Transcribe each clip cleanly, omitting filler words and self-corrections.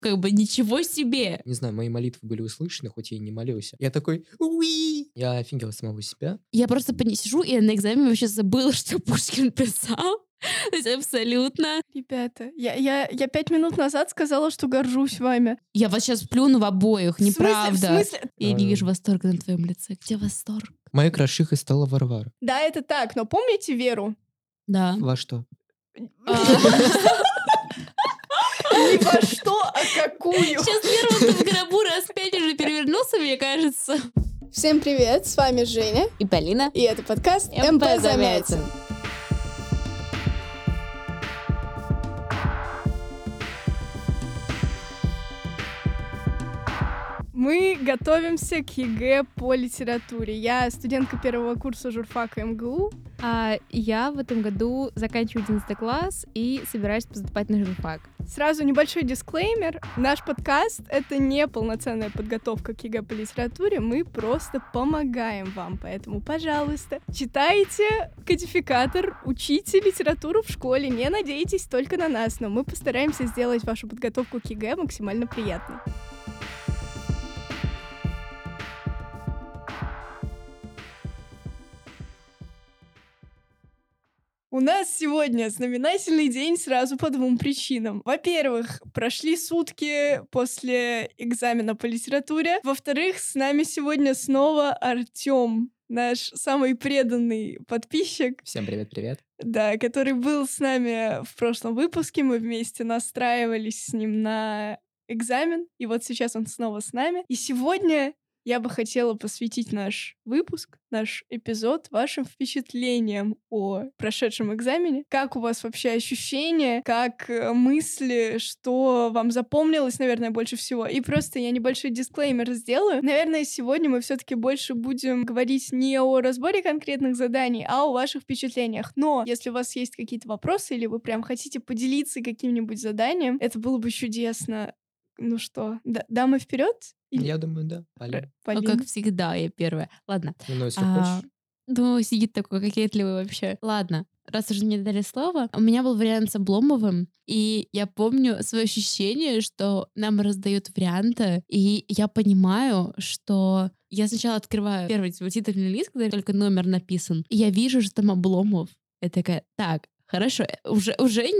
Ничего себе. Не знаю, мои молитвы были услышаны, хоть я и не молился. Я такой, уи! Я офигел самого себя. Я просто сижу, и на экзамене вообще забыла, что Пушкин писал. То есть абсолютно. Ребята, я 5 минут назад сказала, что горжусь вами. Я вас сейчас плюну в обоих, неправда. В смысле? Я не вижу восторга на твоем лице. Где восторг? Моя крашиха стала Варвара. Да, это так, но помните Веру? Да. Во что? Не во что, а какую? Сейчас Вера в гробу раз 5 уже перевернулся, мне кажется. Всем привет, с вами Женя. И Полина. И это подкаст МП МП Замятин. Замятин. Мы готовимся к ЕГЭ по литературе. Я студентка первого курса журфака МГУ. А я в этом году заканчиваю 11 класс и собираюсь поступать на журфак. Сразу небольшой дисклеймер. Наш подкаст — это не полноценная подготовка к ЕГЭ по литературе. Мы просто помогаем вам. Поэтому, пожалуйста, читайте кодификатор, учите литературу в школе. Не надейтесь только на нас, но мы постараемся сделать вашу подготовку к ЕГЭ максимально приятной. У нас сегодня знаменательный день сразу по двум причинам. Во-первых, прошли сутки после экзамена по литературе. Во-вторых, с нами сегодня снова Артём, наш самый преданный подписчик. Всем привет-привет. Да, который был с нами в прошлом выпуске. Мы вместе настраивались с ним на экзамен. И вот сейчас он снова с нами. И сегодня я бы хотела посвятить наш выпуск, наш эпизод вашим впечатлениям о прошедшем экзамене. Как у вас вообще ощущения, как мысли, что вам запомнилось, наверное, больше всего. И просто я небольшой дисклеймер сделаю. Наверное, сегодня мы все-таки больше будем говорить не о разборе конкретных заданий, а о ваших впечатлениях. Но если у вас есть какие-то вопросы или вы прям хотите поделиться каким-нибудь заданием, это было бы чудесно. Ну что, дамы вперед? Я думаю, да. Полин. Как всегда, я первая. Ладно. Ну, если хочешь. Ну, сидит такой кокетливый вообще. Ладно, раз уже мне дали слово, у меня был вариант с Обломовым, и я помню свое ощущение, что нам раздают варианты, и я понимаю, что я сначала открываю первый титульный лист, когда только номер написан, и я вижу, что там Обломов. Я такая, так, хорошо, уже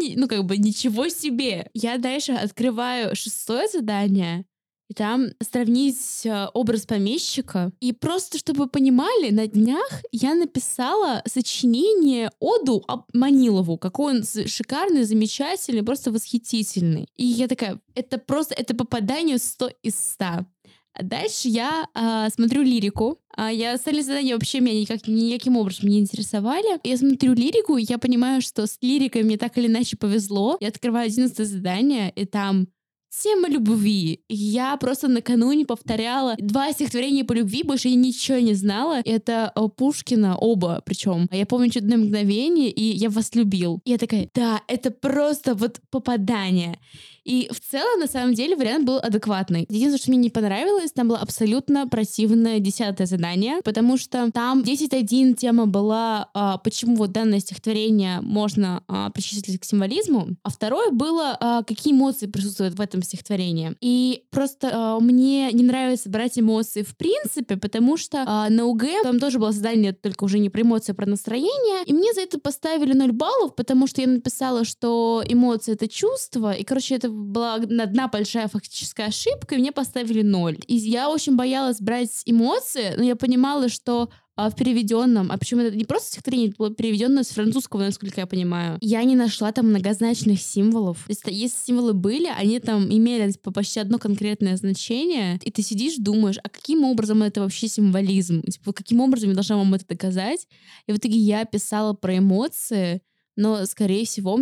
ничего себе. Я дальше открываю 6-е задание, и там сравнить образ помещика. И просто, чтобы вы понимали, на днях я написала сочинение, оду Манилову. Какой он шикарный, замечательный, просто восхитительный. И я такая, это попадание 100 из 100. А дальше я смотрю лирику. Остальные задания вообще меня никаким образом не интересовали. Я смотрю лирику, и я понимаю, что с лирикой мне так или иначе повезло. Я открываю 11 задание, и там тема любви. Я просто накануне повторяла 2 стихотворения по любви, больше я ничего не знала. Это Пушкина, оба причем. Я помню «Чудное мгновение» и «Я вас любил». И я такая, да, это просто вот попадание. И в целом, на самом деле, вариант был адекватный. Единственное, что мне не понравилось, там было абсолютно противное 10-е задание, потому что там 10.1 тема была, почему вот данное стихотворение можно причислить к символизму, а второе было, какие эмоции присутствуют в этом стихотворении. И просто мне не нравится брать эмоции в принципе, потому что на ОГЭ там тоже было задание, только уже не про эмоции, а про настроение, и мне за это поставили 0 баллов, потому что я написала, что эмоции — это чувство, и, короче, это была одна большая фактическая ошибка, и мне поставили 0. И я очень боялась брать эмоции, но я понимала, что в переведенном, а причем это не просто стихотворение, это было переведенное с французского, насколько я понимаю, я не нашла там многозначных символов. То есть если символы были, они там имели почти одно конкретное значение, и ты сидишь, думаешь, а каким образом это вообще символизм? Типа, каким образом я должна вам это доказать? И в итоге я писала про эмоции, но, скорее всего,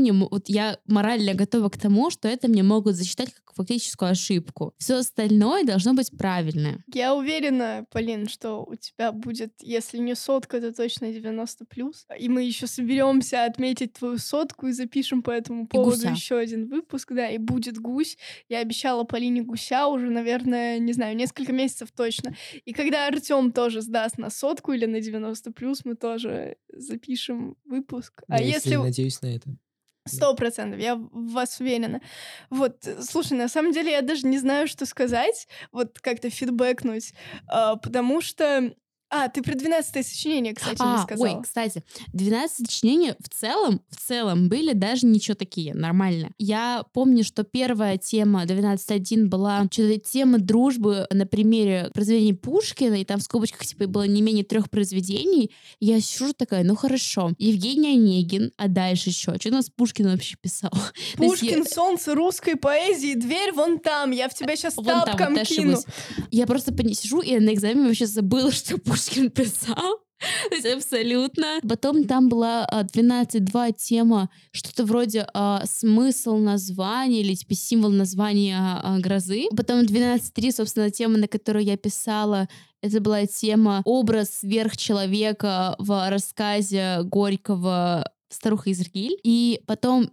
я морально готова к тому, что это мне могут засчитать как фактическую ошибку. Все остальное должно быть правильное. Я уверена, Полин, что у тебя будет, если не 100, то точно 90+. И мы еще соберемся отметить твою 100 и запишем по этому поводу еще один выпуск, да, и будет гусь. Я обещала Полине гуся уже, наверное, не знаю, несколько месяцев точно. И когда Артём тоже сдаст на 100 или на 90+, мы тоже запишем выпуск. Я надеюсь на это. Да. 100%, я в вас уверена. Вот, слушай, на самом деле я даже не знаю, что сказать, вот как-то фидбэкнуть, потому что... ты про 12-е сочинение, кстати, не сказала. Кстати, 12 сочинений в целом были даже ничего такие, нормально. Я помню, что первая тема 12.1 была что-то тема дружбы на примере произведений Пушкина, и там в скобочках типа было не менее 3 произведений. И я сижу такая, ну хорошо. Евгений Онегин, а дальше еще? Что у нас Пушкин вообще писал? Пушкин, солнце русской поэзии, дверь вон там, я в тебя сейчас тапком кину. Я просто сижу, и на экзамене вообще забыла, что Пушкин писал. То есть абсолютно. Потом там была 12.2 тема, что-то вроде смысл названия или типа символ названия грозы. Потом 12.3, собственно, тема, на которую я писала, это была тема образ сверхчеловека в рассказе Горького «Старуха из Иргиль». И потом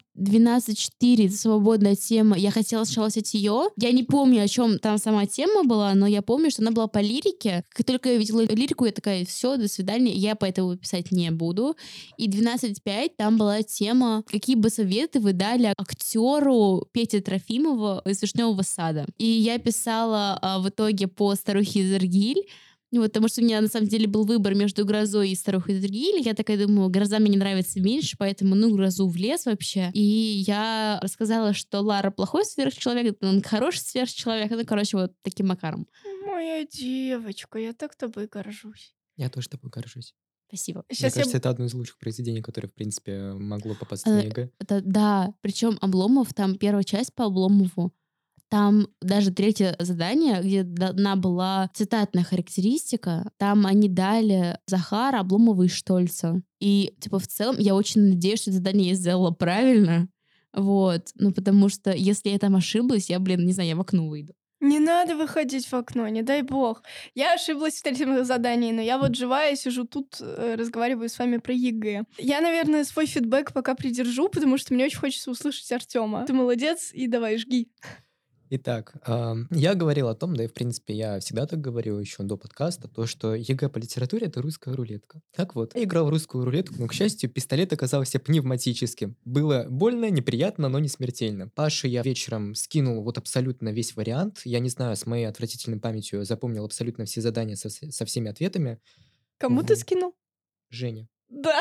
12.4 свободная тема. Я хотела сначала взять ее. Я не помню, о чем там сама тема была, но я помню, что она была по лирике. Как только я видела лирику, я такая, все, до свидания, я поэтому писать не буду. И 12.5 там была тема, какие бы советы вы дали актеру Пете Трофимову из «Вишневого сада». И я писала в итоге по «Старухе из Иргиль». Вот, потому что у меня на самом деле был выбор между «Грозой» и «Старухой из Иргиль». Я такая думаю, «Гроза» мне нравится меньше, поэтому, «Грозу» в лес вообще. И я рассказала, что Лара плохой сверхчеловек, он хороший сверхчеловек. Вот таким макаром. Моя девочка, я так тобой горжусь. Я тоже тобой горжусь. Спасибо. Мне кажется, это одно из лучших произведений, которое, в принципе, могло попасть на ЕГЭ. Да, причем Обломов, там первая часть по Обломову, там даже 3 задание, где дана была цитатная характеристика, там они дали Захара, Обломова и Штольца. И, типа, в целом, я очень надеюсь, что задание я сделала правильно. Вот. Ну, потому что, если я там ошиблась, я, не знаю, я в окно выйду. Не надо выходить в окно, не дай бог. Я ошиблась в 3 задании, но я вот живая сижу тут, разговариваю с вами про ЕГЭ. Я, наверное, свой фидбэк пока придержу, потому что мне очень хочется услышать Артема. Ты молодец, и давай, жги. Итак, я говорил о том, да и в принципе я всегда так говорил еще до подкаста, то, что ЕГЭ по литературе — это русская рулетка. Так вот, я играл в русскую рулетку, но, к счастью, пистолет оказался пневматическим. Было больно, неприятно, но не смертельно. Паше я вечером скинул вот абсолютно весь вариант. Я не знаю, с моей отвратительной памятью запомнил абсолютно все задания со всеми ответами. Кому ты скинул? Женя. Да.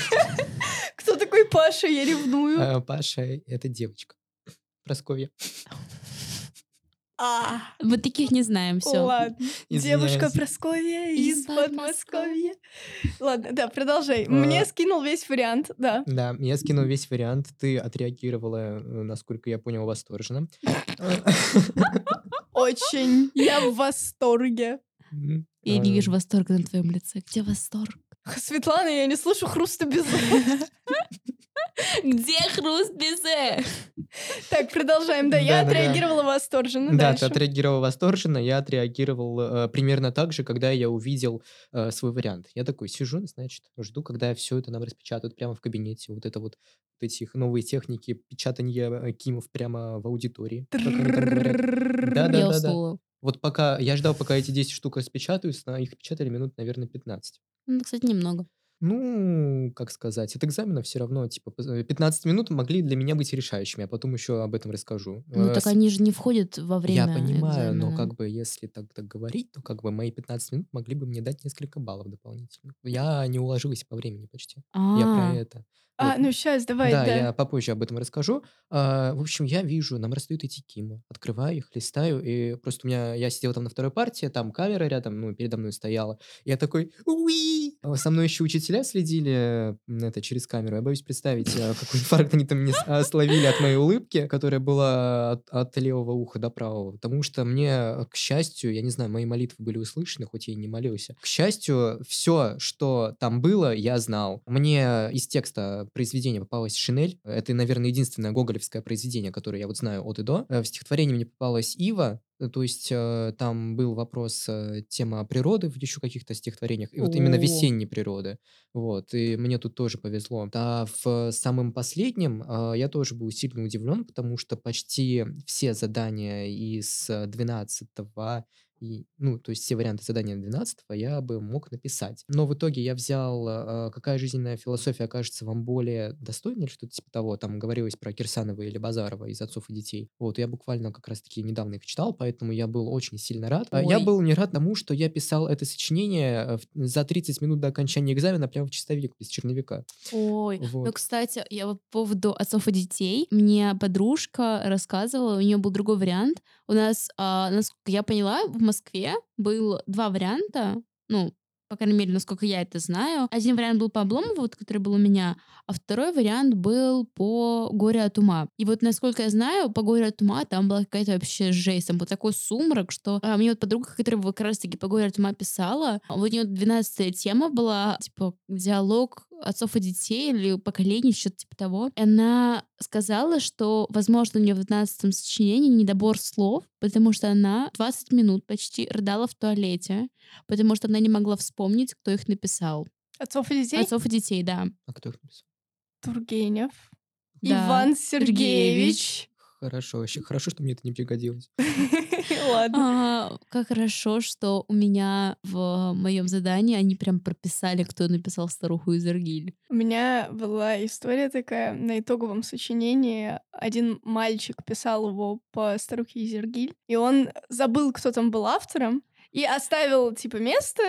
Кто такой Паша? Я ревную. Паша — это девочка. Прасковья. Вот таких не знаем, все. Ладно. Девушка Прасковья из Подмосковья. Ладно, да, продолжай. Мне скинул весь вариант, да. Да, я скинул весь вариант. Ты отреагировала, насколько я понял, восторженно. Очень. Я в восторге. Я не вижу восторга на твоем лице. Где восторг? Светлана, я не слышу хруста безе. Где хруст безе? Так, продолжаем. Да, я отреагировала восторженно. Да, ты отреагировала восторженно. Я отреагировал примерно так же, когда я увидел свой вариант. Я такой сижу, значит, жду, когда все это нам распечатают прямо в кабинете. Вот это вот эти их новые техники печатания кимов прямо в аудитории. Да. Вот пока я ждал, пока эти 10 штук распечатаются, их печатали минут, наверное, 15. Ну, кстати, немного. Ну, как сказать, от экзамена все равно, типа, 15 минут могли для меня быть решающими, а потом еще об этом расскажу. Ну, так они же не входят во время Я понимаю, но экзамена. как бы если так говорить, то как бы мои 15 минут могли бы мне дать несколько баллов дополнительных. Я не уложилась по времени почти. Я про это. Вот. Ну сейчас, давай, Да, я попозже об этом расскажу. В общем, я вижу, нам раздают эти кимы. Открываю их, листаю, и просто я сидел там на второй партии, там камера рядом, ну, передо мной стояла. Я такой, уи! Со мной еще учителя следили через камеру. Я боюсь представить, какой инфаркт они там мне словили от моей улыбки, которая была от левого уха до правого. Потому что мне, к счастью, я не знаю, мои молитвы были услышаны, хоть я и не молился. К счастью, все, что там было, я знал. Мне из текста произведение попалось «Шинель». Это, наверное, единственное гоголевское произведение, которое я вот знаю от и до. В стихотворении мне попалась «Ива». То есть там был вопрос, тема природы в еще каких-то стихотворениях, и вот именно весенней природы. Вот, и мне тут тоже повезло. А в самом последнем я тоже был сильно удивлен, потому что почти все задания из 12 И, ну, то есть все варианты задания на 12 я бы мог написать. Но в итоге я взял, какая жизненная философия окажется вам более достойной или что-то типа того. Там говорилось про Кирсанова или Базарова из «Отцов и детей». Вот, я буквально как раз-таки недавно их читал, поэтому я был очень сильно рад. Я Ой. был не рад тому, что я писал это сочинение за 30 минут до окончания экзамена прямо в чистовик, без черновика. Ой, ну, Вот. кстати, я вот по поводу отцов и детей. Мне подружка рассказывала, у нее был другой вариант. У нас, насколько я поняла, в Москве был два варианта, ну, по крайней мере, насколько я это знаю. Один вариант был по Обломову, вот, который был у меня, а второй вариант был по «Горе от ума». И вот, насколько я знаю, по «Горе от ума» там была какая-то вообще жесть. Там был такой сумрак, что мне вот подруга, которая как раз-таки по «Горе от ума» писала, вот у нее 12-я тема была, типа, диалог отцов и детей или поколений, что-то типа того. И она сказала, что, возможно, у нее в 12-м сочинении недобор слов, потому что она 20 минут почти рыдала в туалете, потому что она не могла вспомнить, кто их написал. Отцов и детей? Отцов и детей, да. А кто их написал? Тургенев. Да, Иван Сергеевич. Сергеевич. Хорошо, вообще хорошо, что мне это не пригодилось. Ладно. Как хорошо, что у меня в моем задании они прям прописали, кто написал «Старуху из Иргиль». У меня была история такая на итоговом сочинении. Один мальчик писал его по «Старухе из Иргиль», и он забыл, кто там был автором, и оставил, типа, место,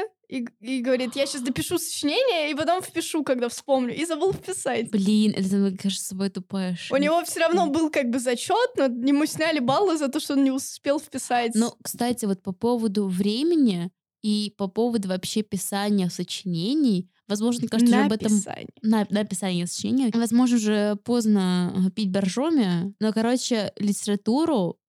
и говорит, я сейчас допишу сочинение, и потом впишу, когда вспомню, и забыл вписать. Блин, это, мне кажется, собой тупая У ошибка. него все равно был как бы зачет, но ему сняли баллы за то, что он не успел вписать. Ну, кстати, вот по поводу времени и по поводу вообще писания сочинений, возможно, мне кажется, уже об этом... Написание. Написание сочинения. Возможно, уже поздно пить боржоми, но, короче, литературу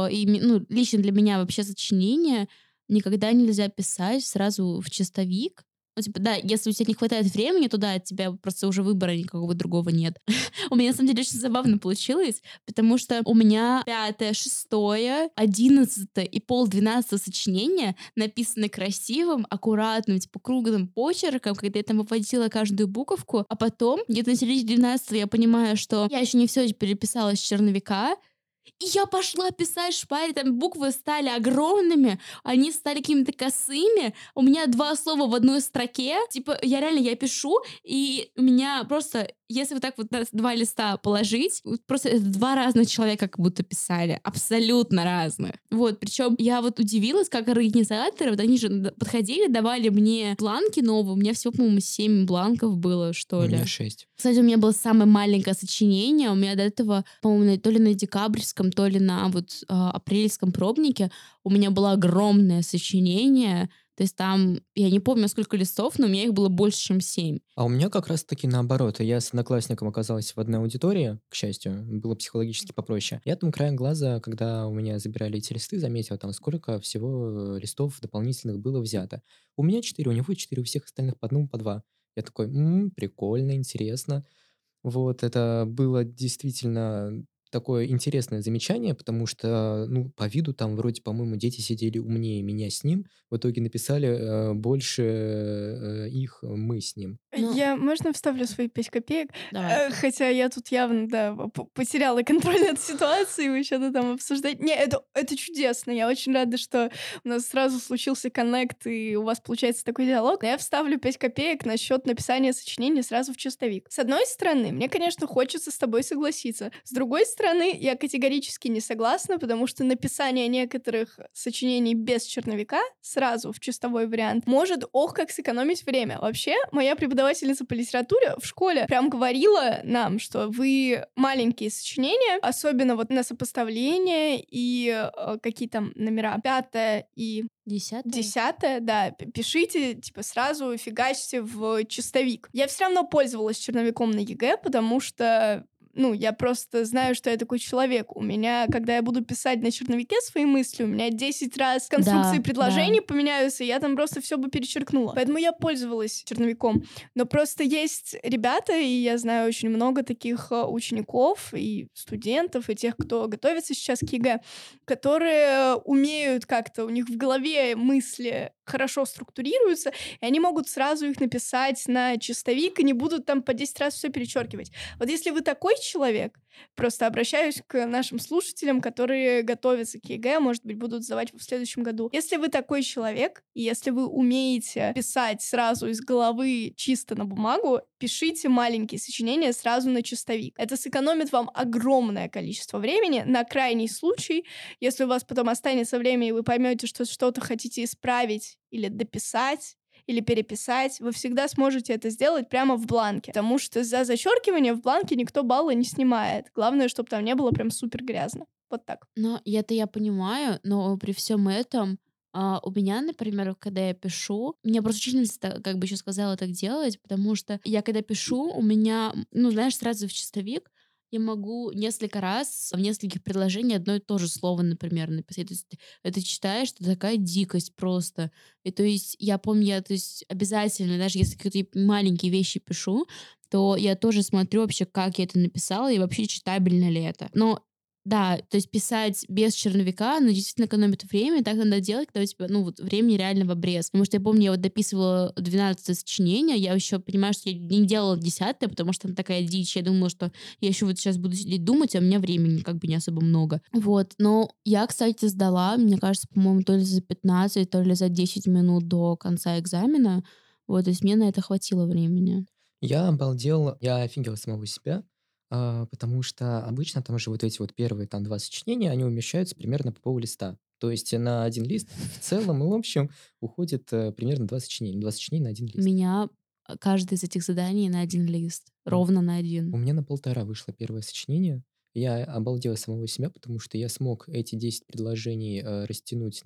ну, лично для меня вообще сочинение никогда нельзя писать сразу в чистовик. Ну, типа, да, если у тебя не хватает времени, то да, у тебя просто уже выбора никакого другого нет. У меня, на самом деле, очень забавно получилось, потому что у меня 5-е, 6-е, 11-е и 11:30 сочинения написаны красивым, аккуратным, типа, круглым почерком, когда я там выводила каждую буковку, а потом, где-то на середине 12-го я понимаю, что я еще не все переписала с черновика, и я пошла писать шпаре, там буквы стали огромными, они стали какими-то косыми, у меня 2 слова в одной строке, типа, я пишу, и у меня просто, если вот так вот на 2 листа положить, вот просто это 2 разных человека как будто писали, абсолютно разных. Вот, причем я вот удивилась, как организаторы, вот они же подходили, давали мне бланки новые, у меня всего, по-моему, 7 бланков было, что У ли. меня 6. Кстати, у меня было самое маленькое сочинение. У меня до этого, по-моему, то ли на декабрьском, то ли на вот апрельском пробнике у меня было огромное сочинение. То есть там, я не помню, сколько листов, но у меня их было больше, чем 7. А у меня как раз-таки наоборот. Я с одноклассником оказалась в одной аудитории, к счастью, было психологически попроще. Я там краем глаза, когда у меня забирали эти листы, заметил там, сколько всего листов дополнительных было взято. У меня 4, у него 4, у всех остальных по одному, по 2. Я такой, прикольно, интересно. Вот, это было действительно такое интересное замечание, потому что, ну, по виду там вроде, по-моему, дети сидели умнее меня с ним. В итоге написали больше их мы с ним. Ну. Я, можно вставлю свои 5 копеек? Давай. Хотя я тут явно, да, потеряла контроль над ситуацией, вы что-то там обсуждаете. Не, это чудесно. Я очень рада, что у нас сразу случился коннект, и у вас получается такой диалог. Я вставлю 5 копеек насчет написания сочинения сразу в чистовик. С одной стороны, мне, конечно, хочется с тобой согласиться. С другой стороны, я категорически не согласна, потому что написание некоторых сочинений без черновика сразу в чистовой вариант может, как сэкономить время. Вообще, моя преподавательница по литературе в школе прям говорила нам, что вы маленькие сочинения, особенно вот на сопоставление и какие там номера, 5 и 10-е, да, пишите, типа, сразу фигачьте в чистовик. Я все равно пользовалась черновиком на ЕГЭ, потому что я просто знаю, что я такой человек. У меня, когда я буду писать на черновике свои мысли, у меня 10 раз конструкции предложений поменяются, и я там просто все бы перечеркнула. Поэтому я пользовалась черновиком. Но просто есть ребята, и я знаю очень много таких учеников и студентов, и тех, кто готовится сейчас к ЕГЭ, которые умеют как-то, у них в голове мысли хорошо структурируются, и они могут сразу их написать на чистовик и не будут там по 10 раз все перечеркивать. Вот если вы такой человек, просто обращаюсь к нашим слушателям, которые готовятся к ЕГЭ, может быть, будут сдавать в следующем году. Если вы такой человек, и если вы умеете писать сразу из головы чисто на бумагу, пишите маленькие сочинения сразу на чистовик. Это сэкономит вам огромное количество времени. На крайний случай, если у вас потом останется время, и вы поймете, что что-то хотите исправить или дописать, или переписать, вы всегда сможете это сделать прямо в бланке. Потому что за зачеркивание в бланке никто баллы не снимает. Главное, чтобы там не было прям супер грязно. Вот так. Но это я понимаю, но при всем этом у меня, например, когда я пишу, мне просто учительница как бы еще сказала так делать, потому что я когда пишу, у меня, ну, знаешь, сразу в чистовик я могу несколько раз в нескольких предложениях одно и то же слово, например, написать. То есть ты это читаешь, это такая дикость просто. И то есть я помню, я то есть обязательно, даже если какие-то маленькие вещи пишу, то я тоже смотрю вообще, как я это написала, и вообще читабельно ли это. Но да, то есть писать без черновика, ну, действительно экономит время, так надо делать, когда у тебя, ну, вот времени реально в обрез. Потому что я помню, я вот дописывала 12 сочинение, я еще понимаю, что я не делала 10-е, потому что она такая дичь. Я думала, что я еще вот сейчас буду сидеть думать, а у меня времени как бы не особо много. Вот, но я, кстати, сдала, мне кажется, по-моему, то ли за 15, то ли за 10 минут до конца экзамена. Вот, то есть мне на это хватило времени. Я обалдел, я офигел самого себя, потому что обычно там же вот эти вот первые там 2 сочинения, они умещаются примерно по пол-листа. То есть на один лист в целом и в общем уходит примерно 2 сочинения. 2 сочинения на один У лист. меня каждое из этих заданий на один лист. М. Ровно на У один. меня на 1,5 вышло первое сочинение. Я обалдел самого себя, потому что я смог эти 10 предложений растянуть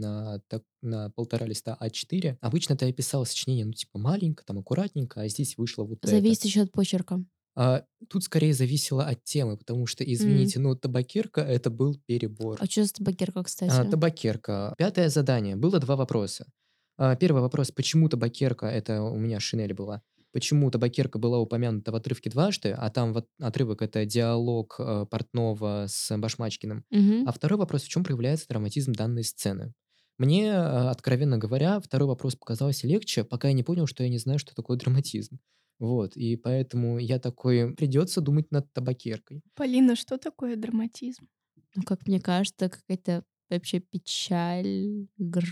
на 1,5 листа А4. Обычно-то я писал сочинение, ну, типа, маленько, там, аккуратненько, а здесь вышло вот это. Зависит еще от почерка. Тут скорее зависело от темы, потому что, М. извините, но табакерка — это был перебор. А что за табакерка, кстати? Табакерка. 5-е задание. Было 2 вопроса. Первый вопрос: почему табакерка — это у меня шинель была. Почему табакерка была упомянута в отрывке дважды, а там вот отрывок — это диалог Портнова с Башмачкиным. Мгм. А второй вопрос: в чем проявляется драматизм данной сцены? Мне, откровенно говоря, второй вопрос показался легче, пока я не понял, что я не знаю, что такое драматизм. Вот, и поэтому я такой: придется думать над табакеркой. Полина, что такое драматизм? Ну, как мне кажется, какая-то вообще печаль,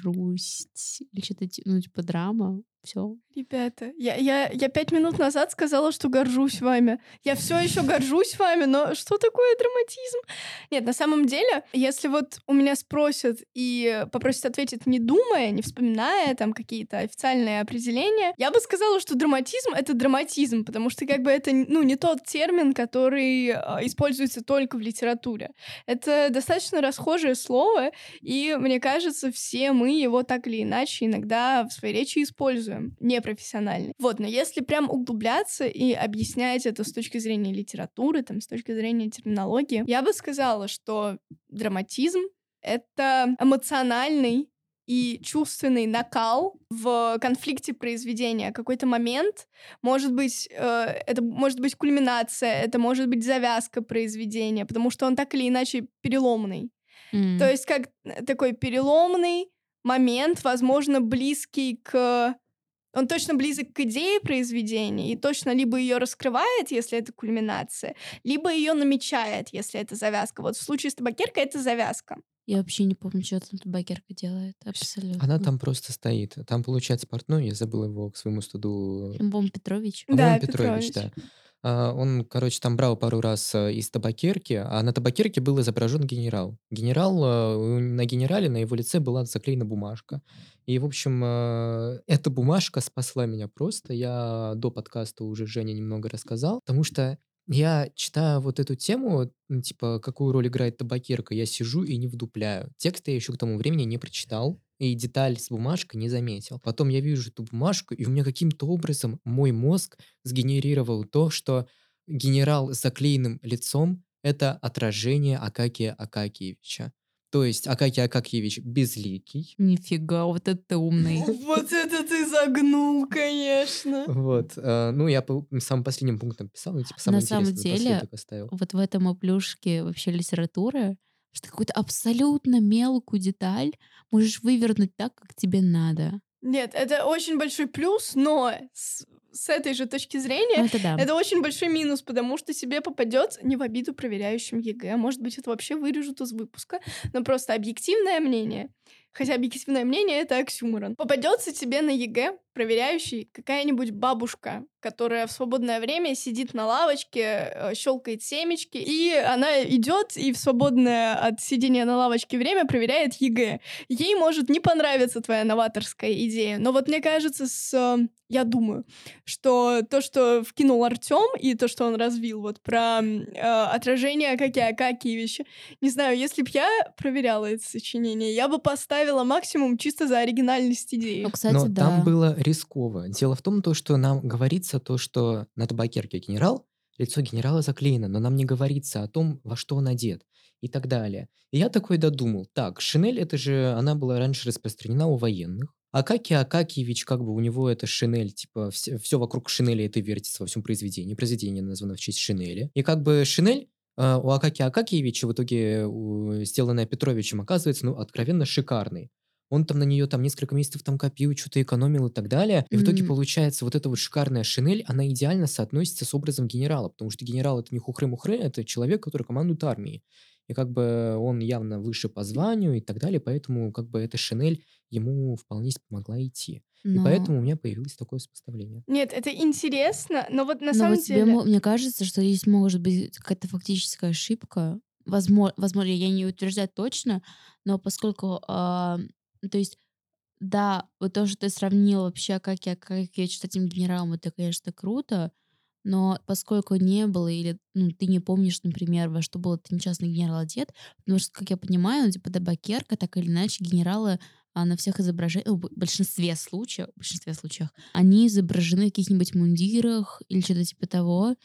грусть или что-то, ну, типа драма. Все. Ребята, я 5 минут назад сказала, что горжусь вами. Я все еще горжусь вами, но что такое драматизм? Нет, на самом деле, если вот у меня спросят и попросят ответить, не думая, не вспоминая там какие-то официальные определения, я бы сказала, что драматизм — это драматизм, потому что как бы это, ну, не тот термин, который используется только в литературе. Это достаточно расхожее слово, и мне кажется, все мы его так или иначе иногда в своей речи используем, непрофессионально. Вот, но если прям углубляться и объяснять это с точки зрения литературы, там, с точки зрения терминологии, я бы сказала, что драматизм — это эмоциональный и чувственный накал в конфликте произведения. Какой-то момент, может быть, это может быть кульминация, это может быть завязка произведения, потому что он так или иначе переломный. То есть как такой переломный момент, возможно, близкий к... Он точно близок к идее произведения и точно либо ее раскрывает, если это кульминация, либо ее намечает, если это завязка. Вот в случае с табакеркой это завязка. Я вообще не помню, что там табакерка делает. Она Абсолютно. там просто стоит. Там, получается, портной, я забыл его к своему стыду. По-моему, Петрович. По-моему, Да, Петрович, Петрович. да. Он, короче, там брал пару раз из табакерки, а на табакерке был изображен генерал. На генерале, на его лице была заклеена бумажка. И, в общем, эта бумажка спасла меня просто. Я до подкаста уже Жене немного рассказал, потому что я читаю вот эту тему, ну, типа, какую роль играет табакерка, я сижу и не вдупляю. Текст я еще к тому времени не прочитал, и деталь с бумажкой не заметил. Потом я вижу эту бумажку, и у меня каким-то образом мой мозг сгенерировал то, что генерал с заклеенным лицом — это отражение Акакия Акакиевича. То есть Акакий Акакиевич безликий. Нифига, вот это ты умный. Вот это ты загнул, конечно. Вот. Ну, я самым последним пунктом писал, ну, типа, самое На самом интересное деле, напоследок оставил. вот в этом и плюшке вообще литературы, что какую-то абсолютно мелкую деталь можешь вывернуть так, как тебе надо. Нет, это очень большой плюс, но с этой же точки зрения Ну, это да. это очень большой минус, потому что тебе попадет не в обиду проверяющим ЕГЭ. Может быть, это вообще вырежут из выпуска, но просто объективное мнение. Хотя объективное мнение — это оксюморон. Попадется тебе на ЕГЭ проверяющий какая-нибудь бабушка, которая в свободное время сидит на лавочке, щелкает семечки, и она идет и в свободное от сидения на лавочке время проверяет ЕГЭ. Ей может не понравиться твоя новаторская идея, но вот мне кажется, я думаю, что то, что вкинул Артём, и то, что он развил вот про отражение Акаки Акакиевича, не знаю, если б я проверяла это сочинение, я бы поставила максимум чисто за оригинальность идеи. Ну, кстати, Но там да. было рисково. Дело в том, что нам говорится то, что на табакерке генерал, лицо генерала заклеено, но нам не говорится о том, во что он одет и так далее. И я такой додумал. Так, шинель, это же, она была раньше распространена у военных. Акаки Акакиевич, как бы у него это шинель, типа, все вокруг шинели это вертится во всем произведении. Произведение названо в честь шинели. И как бы шинель у Акаки Акакиевича в итоге, сделанная Петровичем, оказывается, ну, откровенно шикарной. Он там на нее там несколько месяцев там копил, что-то экономил и так далее. И в итоге получается вот эта вот шикарная шинель, она идеально соотносится с образом генерала, потому что генерал — это не хухры-мухры, это человек, который командует армией. И как бы он явно выше по званию и так далее, поэтому как бы эта шинель ему вполне помогла идти. И Но поэтому у меня появилось такое сопоставление. Нет, это интересно, но вот на Но самом вот тебе, деле... мне кажется, что здесь может быть какая-то фактическая ошибка. Возможно, я не утверждаю точно, но поскольку, то есть, да, вот то, что ты сравнил вообще, как я с этим генералом, это, конечно, круто, но поскольку не было, или ты не помнишь, например, во что был этот несчастный генерал одет, потому что, как я понимаю, типа табакерка, так или иначе, генералы на всех изображениях, в большинстве случаев, они изображены в каких-нибудь мундирах или что-то типа того.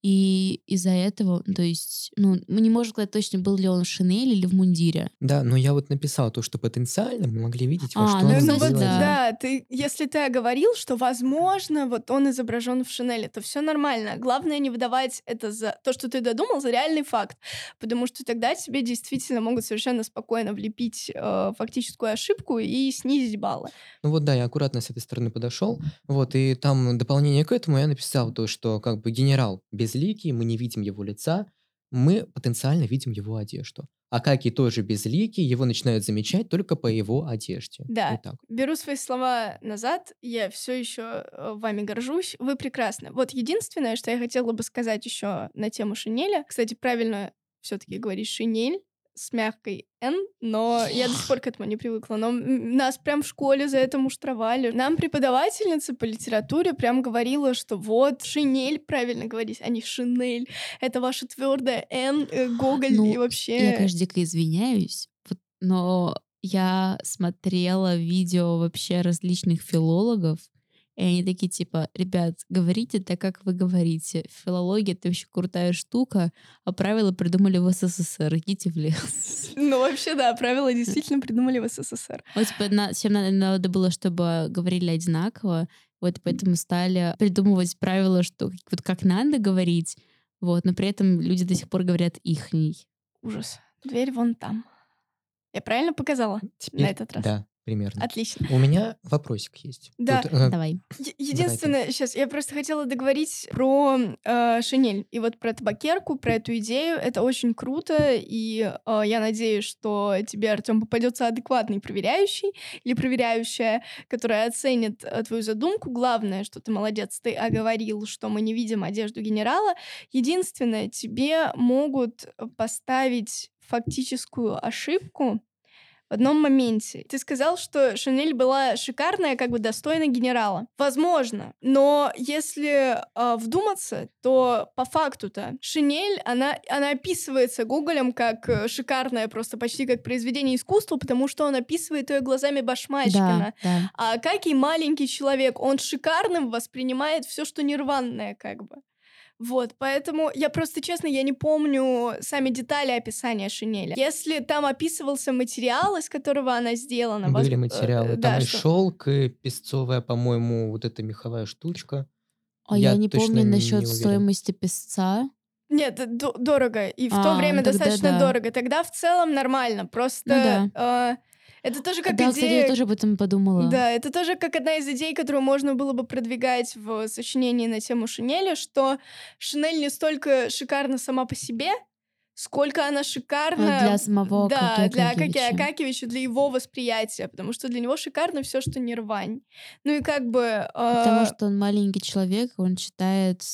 И из-за этого, то есть, мы не можем сказать точно, был ли он в шинели или в мундире. Да, но я вот написал то, что потенциально мы могли видеть, во что ну, он кстати, вот был одет. да. если ты оговорил, что, возможно, вот он изображен в шинели, то все нормально. Главное не выдавать это за то, что ты додумал, за реальный факт. Потому что тогда тебе действительно могут совершенно спокойно влепить фактическую ошибку и снизить баллы. Ну вот да, я аккуратно с этой стороны подошел. Вот, и там дополнение к этому я написал то, что как бы генерал безликий, мы не видим его лица, мы потенциально видим его одежду. Акакий тоже безликий, его начинают замечать только по его одежде. Да, Вот так. беру свои слова назад, я все еще вами горжусь, вы прекрасны. Вот единственное, что я хотела бы сказать еще на тему шинеля, кстати, правильно все-таки говоришь шинель с мягкой «н», но я до сих пор к этому не привыкла. Но нас прям в школе за это муштровали. Нам преподавательница по литературе прям говорила, что вот шинель, правильно говорить, а не шинель. Это ваша твердая «н», Гоголь и Я, вообще... конечно, дико извиняюсь, но я смотрела видео вообще различных филологов, и они такие типа: ребят, говорите так, как вы говорите. Филология — это вообще крутая штука, а правила придумали в СССР. Идите в лес. Ну, вообще, да, правила действительно придумали в СССР. Вот типа всем надо было, чтобы говорили одинаково, вот поэтому стали придумывать правила, что вот как надо говорить, вот, но при этом люди до сих пор говорят ихний. Ужас. Дверь вон там. Я правильно показала на этот раз? Да, примерно. Отлично. У меня вопросик есть. Да. Тут, Давай. Единственное, сейчас я просто хотела договорить про шинель и вот про табакерку, про эту идею. Это очень круто, и я надеюсь, что тебе, Артём, попадется адекватный проверяющий или проверяющая, которая оценит твою задумку. Главное, что ты молодец, ты оговорил, что мы не видим одежду генерала. Единственное, тебе могут поставить фактическую ошибку в одном моменте. Ты сказал, что шинель была шикарная, как бы достойна генерала. Возможно, но если вдуматься, то по факту-то шинель, она описывается Гоголем как шикарная, просто почти как произведение искусства, потому что он описывает ее глазами Башмачкина. Да. А Акакий маленький человек, он шикарным воспринимает все, что нирванное, как бы. Вот, поэтому я просто, честно, я не помню сами детали описания шинели. Если там описывался материал, из которого она сделана... Были материалы. да, Там и что... шелк, и песцовая, по-моему, вот эта меховая штучка. А я не точно помню не насчет уверен. стоимости песца. Нет, дорого. И в то время тогда достаточно да. дорого. Тогда в целом нормально. Просто... Ну да. Это тоже как Да, кстати, я идея... тоже об этом подумала. Да, это тоже как одна из идей, которую можно было бы продвигать в сочинении на тему Шинели, что Шинель не столько шикарна сама по себе, сколько она шикарна... Для самого Да, Акакия для Акакия Акакевича. Акакевича, для его восприятия, потому что для него шикарно все, что не рвань. Ну и как бы... Потому что он маленький человек, он считает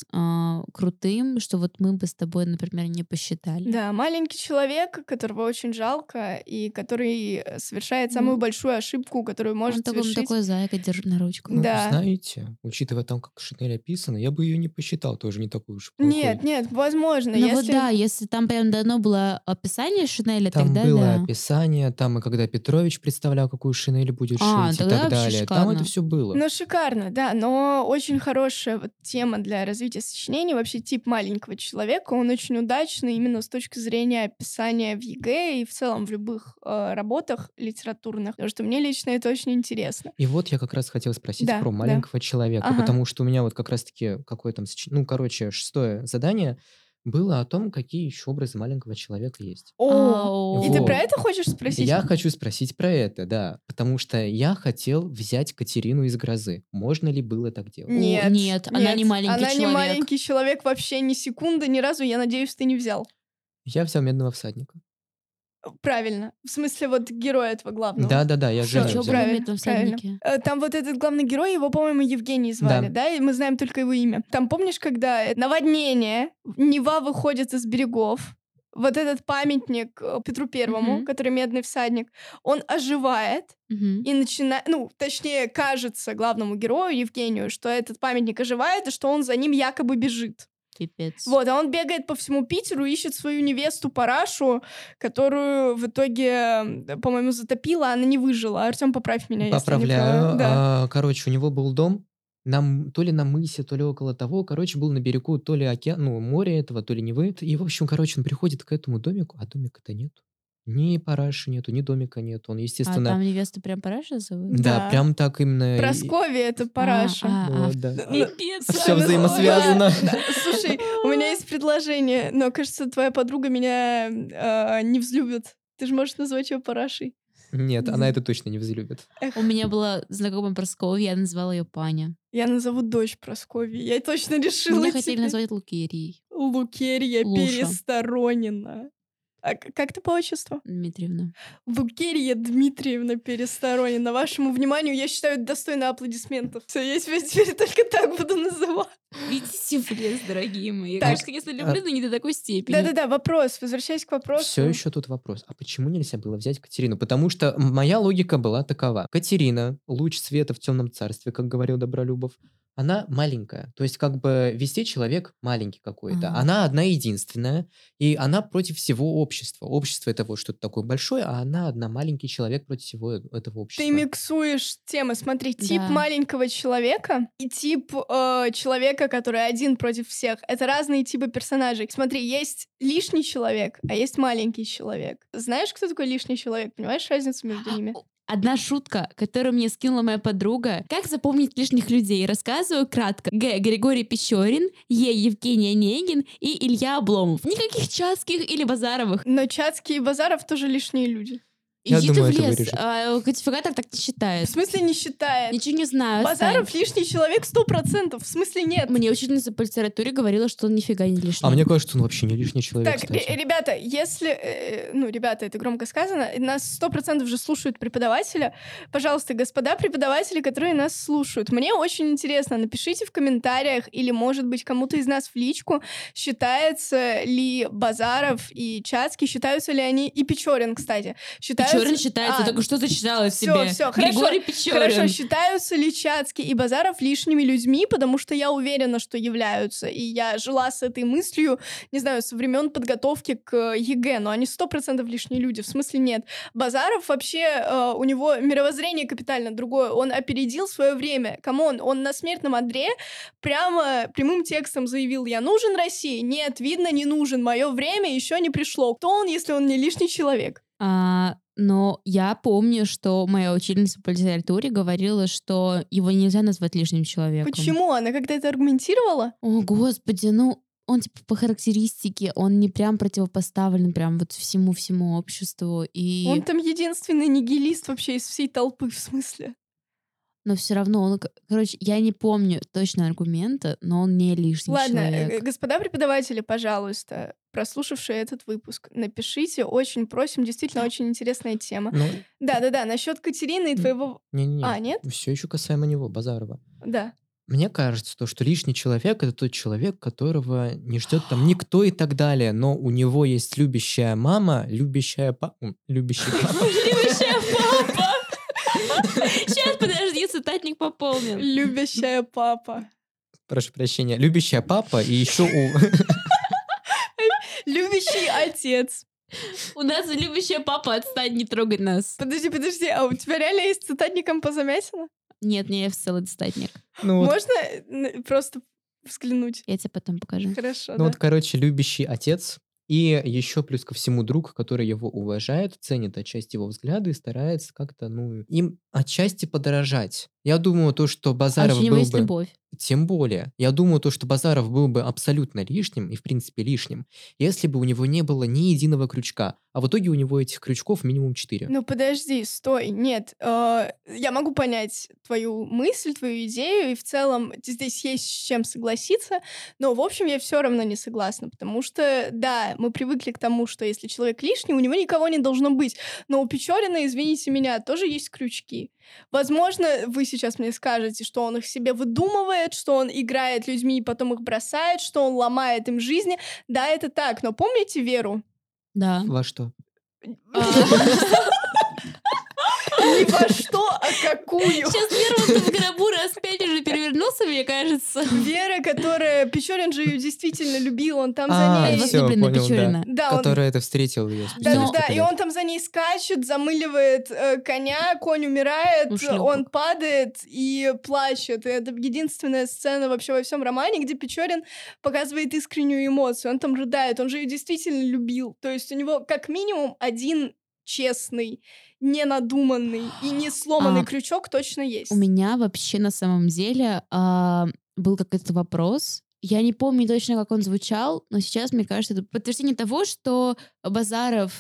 крутым, что вот мы бы с тобой, например, не посчитали. Да, маленький человек, которого очень жалко, и который совершает самую Ну, большую ошибку, которую Он может такой, совершить. такой зайка держит на ручку. Ну, Да. знаете, учитывая там, как Шинель описана, я бы ее не посчитал тоже не такой уж Нет, плохой. нет, возможно, Ну вот если... да, если там прям дано было описание Шинели, Там тогда было да. описание, там и когда Петрович представлял, какую Шинель будет А, шить и тогда так вообще далее. Там это шикарно. все было. Ну, шикарно, да, но очень хорошая вот тема для развития сочинений. Вообще тип маленького человека, он очень удачный именно с точки зрения описания в ЕГЭ и в целом в любых работах литературных, потому что мне лично это очень интересно. И вот я как раз хотел спросить Да, про да. маленького человека, Ага. потому что у меня вот как раз-таки какое там, ну, короче, 6-е задание было о том, какие еще образы маленького человека есть. О, и ты про Вот. это хочешь спросить? Я хочу спросить про это, да, потому что я хотел взять Катерину из «Грозы». Можно ли было так делать? Нет, Нет, она не маленький она не человек. маленький человек вообще ни секунды, ни разу, я надеюсь, ты не взял. Я взял «Медного всадника». Правильно. В смысле, вот героя этого главного. Да-да-да, я Всё, Женю Что взял. было в правильно, «Медном правильно. всаднике»? Там вот этот главный герой, его, по-моему, Евгений звали, Да. да? И мы знаем только его имя. Там помнишь, когда наводнение, Нева выходит из берегов, вот этот памятник Петру Первому, Мгм. который медный всадник, он оживает Мгм. и начинает, ну, точнее, кажется главному герою Евгению, что этот памятник оживает и что он за ним якобы бежит. Пипец. Вот, а он бегает по всему Питеру, ищет свою невесту Парашу, которую в итоге, по-моему, затопила, а она не выжила. Артем, поправь меня, если я не права. Поправляю. Да. Короче, у него был дом, то ли на мысе, то ли около того. Короче, был на берегу то ли океан, ну, море этого, то ли Невы. И, в общем, короче, он приходит к этому домику, а домика-то нет. Ни параши нету, ни домика нету. Он, А естественно... там невесту прям Параша зовут? Да, Да. прям так именно... Прасковья — это Параша. Вот, да. Пипец. Всё Ну, взаимосвязано. да. Слушай, у меня есть предложение, но, кажется, твоя подруга меня не взлюбит. Ты же можешь назвать ее Парашей. Нет, она это точно не взлюбит. У меня была знакомая Прасковья, я назвала ее Паня. Я назову дочь Прасковьи. Я точно решила. Меня хотели теперь. назвать Лукерией Лукерья Луша. Пересторонина. А как ты по отчеству? Дмитриевна. Лукерья Дмитриевна Пересторонина. Вашему вниманию, я считаю, это достойно аплодисментов. Все, я тебя теперь только так буду называть. Видите в лес, дорогие мои. Я, Так, конечно, если люблю, но не до такой степени. Да-да-да, вопрос. Возвращаясь к вопросу. Все еще тут вопрос. А почему нельзя было взять Катерину? Потому что моя логика была такова. Катерина, луч света в темном царстве, как говорил Добролюбов, она маленькая. То есть как бы везде человек маленький какой-то. Ага. Она одна единственная, и она против всего общества. Общество — это вот что-то такое большое, а она одна маленький человек против всего этого общества. Ты миксуешь темы. Смотри, тип Да. маленького человека и тип человека, который один против всех. Это разные типы персонажей. Смотри, есть лишний человек, а есть маленький человек. Знаешь, кто такой лишний человек? Понимаешь разницу между ними? Одна шутка, которую мне скинула моя подруга. Как запомнить лишних людей? Рассказываю кратко. Г. Григорий Пещерин, Е. Евгений Онегин и Илья Обломов. Никаких Чацких или Базаровых. Но Чацкий и Базаров тоже лишние люди. Я Иди думаю, ты в это лес. вырежут. Кодификатор так не В считает. смысле не считает? Ничего не знаю. Базаров отстань. лишний человек 100%. В смысле нет? Мне учительница по литературе говорила, что он нифига не лишний. А мне кажется, он вообще не лишний человек, Так, кстати. ребята, если... ну, ребята, это громко сказано. Нас 100% же слушают преподаватели. Пожалуйста, господа преподаватели, которые нас слушают, мне очень интересно, напишите в комментариях или, может быть, кому-то из нас в личку, считается ли Базаров и Чацкий, считаются ли они... И Печорин, кстати. Печорин считается, только что зачиталось всё, себе. всё, хорошо, Григорий Печорин. Хорошо, считаются ли Чацкий и Базаров лишними людьми, потому что я уверена, что являются. И я жила с этой мыслью, не знаю, со времен подготовки к ЕГЭ, но они 100% лишние люди. В смысле нет. Базаров вообще, у него мировоззрение капитально другое. Он опередил свое время. Камон, он на смертном одре прямо прямым текстом заявил: я нужен России? Нет, видно, не нужен. Мое время еще не пришло. Кто он, если он не лишний человек? Но я помню, что моя учительница по литературе говорила, что его нельзя назвать лишним человеком. Почему? Она как-то это аргументировала? О, господи, ну он типа по характеристике, он не прям противопоставлен прям вот всему обществу. И... Он там единственный нигилист вообще из всей толпы, в смысле. Но все равно он... Короче, я не помню точно аргумента, но он не лишний Ладно, человек. господа преподаватели, пожалуйста, прослушавшие этот выпуск, напишите, очень просим, действительно очень интересная тема. Ну, Да-да-да, насчет Катерины и твоего... не-не-не. А, нет? Все еще касаемо него, Базарова. Да. Мне кажется, то, что лишний человек — это тот человек, которого не ждет там никто и так далее, но у него есть любящая мама, любящая папа, любящий папа. Любящая папа! Сейчас, подожди, цитатник пополнен. Любящая папа. Прошу прощения. Любящая папа и еще Любящий отец. У нас любящая папа, отстань, не трогай нас. Подожди, а у тебя реально есть цитатником позамятина? Нет, не, я в целый цитатник. Ну, вот, Можно просто взглянуть? Я тебе потом покажу. Хорошо, ну да. вот, короче, любящий отец и еще плюс ко всему друг, который его уважает, ценит отчасти его взгляды и старается как-то, ну, им отчасти подорожать. Я думаю, то, что А Базаров еще у него был есть бы... любовь. Тем более, я думаю, то, что Базаров был бы абсолютно лишним и, в принципе, лишним, если бы у него не было ни единого крючка. А в итоге у него этих крючков минимум 4. Ну подожди, стой, нет. Я могу понять твою мысль, твою идею, и в целом здесь есть с чем согласиться, но в общем я все равно не согласна, потому что, да, мы привыкли к тому, что если человек лишний, у него никого не должно быть, но у Печорина, извините меня, тоже есть крючки. Возможно, вы сейчас мне скажете, что он их себе выдумывает, что он играет людьми и потом их бросает, что он ломает им жизни. Да, это так, но помните Веру? Да. Во что? Не во что, а какую? Сейчас Вера в гробу раз 5 уже перевернулся, мне кажется. Вера, которая... Печорин же ее действительно любил, он там А, за ней... всё, Возлюбленная понял, Печорина. Да, он... Которая это встретил ее спустя Да-да-да, несколько и лет. он там за ней скачет, замыливает коня, конь умирает, Ушлепок. он падает и плачет. И это единственная сцена вообще во всем романе, где Печорин показывает искреннюю эмоцию. Он там рыдает, он же ее действительно любил. То есть у него как минимум один честный, ненадуманный и не сломанный крючок точно есть. У меня вообще на самом деле был какой-то вопрос. Я не помню точно, как он звучал, но сейчас, мне кажется, это подтверждение того, что Базаров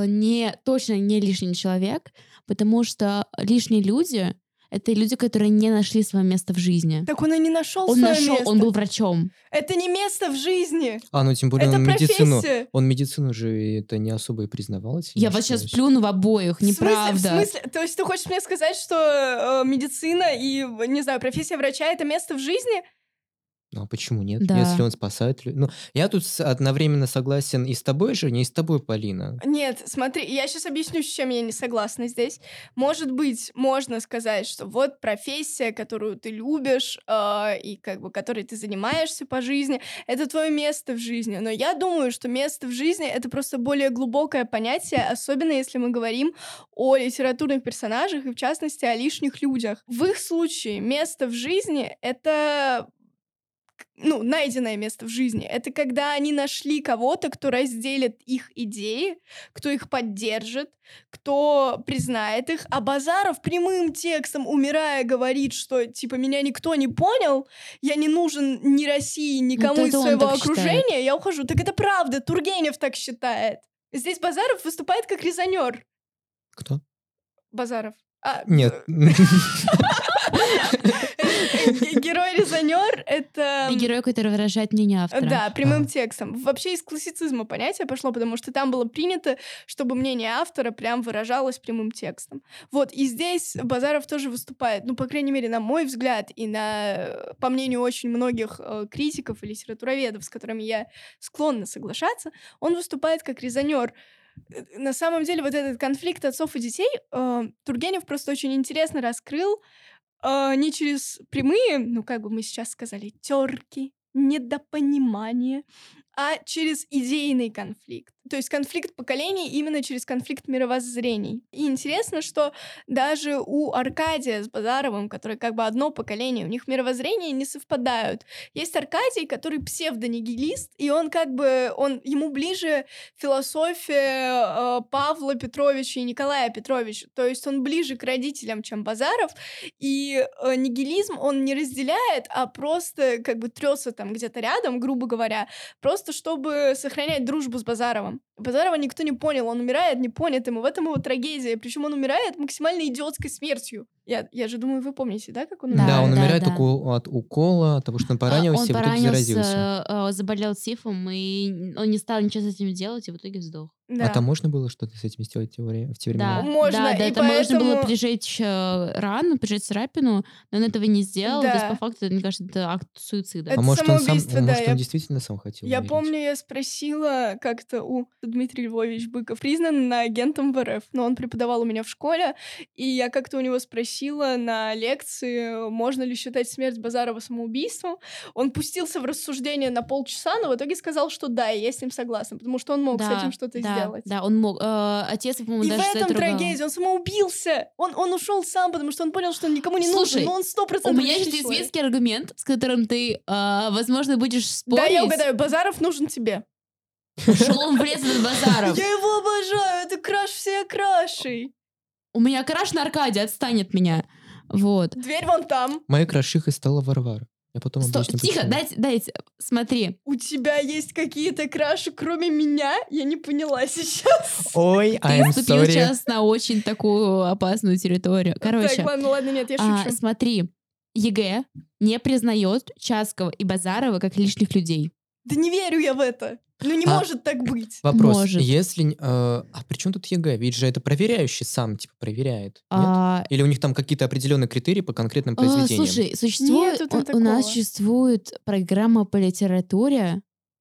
точно не лишний человек, потому что лишние люди — это люди, которые не нашли свое место в жизни. Так он и не нашел Он свое нашел, место. он был врачом. Это не место в жизни. Ну тем более Это он медицину... профессия. Он медицину же это не особо и признавал. если Я не вот сейчас ошибаюсь. плюну в обоих, неправда. В смысле? То есть ты хочешь мне сказать, что медицина и, не знаю, профессия врача — это место в жизни? Ну, а почему нет? Да. Если он спасает... Ну, я тут одновременно согласен и с тобой, Женя, и с тобой, Полина. Нет, смотри, я сейчас объясню, с чем я не согласна здесь. Может быть, можно сказать, что вот профессия, которую ты любишь, и как бы которой ты занимаешься по жизни, это твое место в жизни. Но я думаю, что место в жизни — это просто более глубокое понятие, особенно если мы говорим о литературных персонажах и, в частности, о лишних людях. В их случае место в жизни — это... Ну, найденное место в жизни. Это когда они нашли кого-то, кто разделит их идеи, кто их поддержит, кто признает их. А Базаров прямым текстом, умирая, говорит, что, типа, меня никто не понял, я не нужен ни России, никому Это из он своего так окружения, считает. я ухожу. Так это правда, Тургенев так считает. Здесь Базаров выступает как резонер. Кто? Базаров. Нет. Герой-резонер — это... И герой, который выражает мнение автора. Да, прямым текстом. Вообще из классицизма понятие пошло, потому что там было принято, чтобы мнение автора прям выражалось прямым текстом. Вот, и здесь Базаров тоже выступает, ну, по крайней мере, на мой взгляд, и по мнению очень многих критиков и литературоведов, с которыми я склонна соглашаться, он выступает как резонер. На самом деле, вот этот конфликт отцов и детей Тургенев просто очень интересно раскрыл, не через прямые, ну, как бы мы сейчас сказали, терки, недопонимание, а через идейный конфликт. То есть конфликт поколений именно через конфликт мировоззрений. И интересно, что даже у Аркадия с Базаровым, которые как бы одно поколение, у них мировоззрения не совпадают. Есть Аркадий, который псевдонигилист, и он как бы, ему ближе философия Павла Петровича и Николая Петровича. То есть он ближе к родителям, чем Базаров. И нигилизм он не разделяет, а просто как бы трется там где-то рядом, грубо говоря, просто чтобы сохранять дружбу с Базаровым. Базарова никто не понял, он умирает непонятым, и в этом его трагедия. Причем он умирает максимально идиотской смертью. Я же думаю, вы помните, да, как он умирает? Да, он умирает да. от укола, от того, что он поранился, и в итоге заразился. Заболел тифом, и он не стал ничего с этим делать, и в итоге сдох. Да. А там можно было что-то с этим сделать в те времена? Да, Можно, и это можно было поэтому- прижечь рану, прижечь царапину, но он этого не сделал. Да. То есть, по факту, это, мне кажется, это акт суицида. Это А может, он самоубийство, да, может, он я- действительно сам хотел Я умереть? помню, я спросила как-то у Дмитрия Львович Быков, признан агентом в РФ, но он преподавал у меня в школе, и я как-то у него спросила на лекции, можно ли считать смерть Базарова самоубийством. Он пустился в рассуждение на полчаса, но в итоге сказал, что да, и я с ним согласна, потому что он мог с этим что-то сделать. Да, он мог. Отец, по-моему, И даже в за это этом ругал. трагедия, он самоубился. Он ушел сам, потому что он понял, что он никому не Слушай, нужен, но он 100% У меня есть личный человек. веский аргумент, с которым ты, возможно, будешь спорить. Да, я угадаю, Базаров нужен тебе. Шел он в лес этот Базаров. Я его обожаю, это краш всех крашей. У меня краш на Аркадия, отстань от меня. Вот. Дверь вон там. Моей крашихой стала Варвара. Я потом объясню, Тихо, почему. дайте, смотри. У тебя есть какие-то краши, кроме меня? Я не поняла сейчас. Ой, Ты I'm вступил sorry. сейчас на очень такую опасную территорию. Короче, Так, ладно, нет, я шучу. смотри. ЕГЭ не признает Часкова и Базарова как лишних людей. Да не верю я в это. Ну не А, может так быть. Вопрос, Может. если... а при чем тут ЕГЭ? Ведь же это проверяющий сам, типа, проверяет, нет? А, Или у них там какие-то определенные критерии по конкретным произведениям? Слушай, существует, Нету там у нас такого. существует программа по литературе,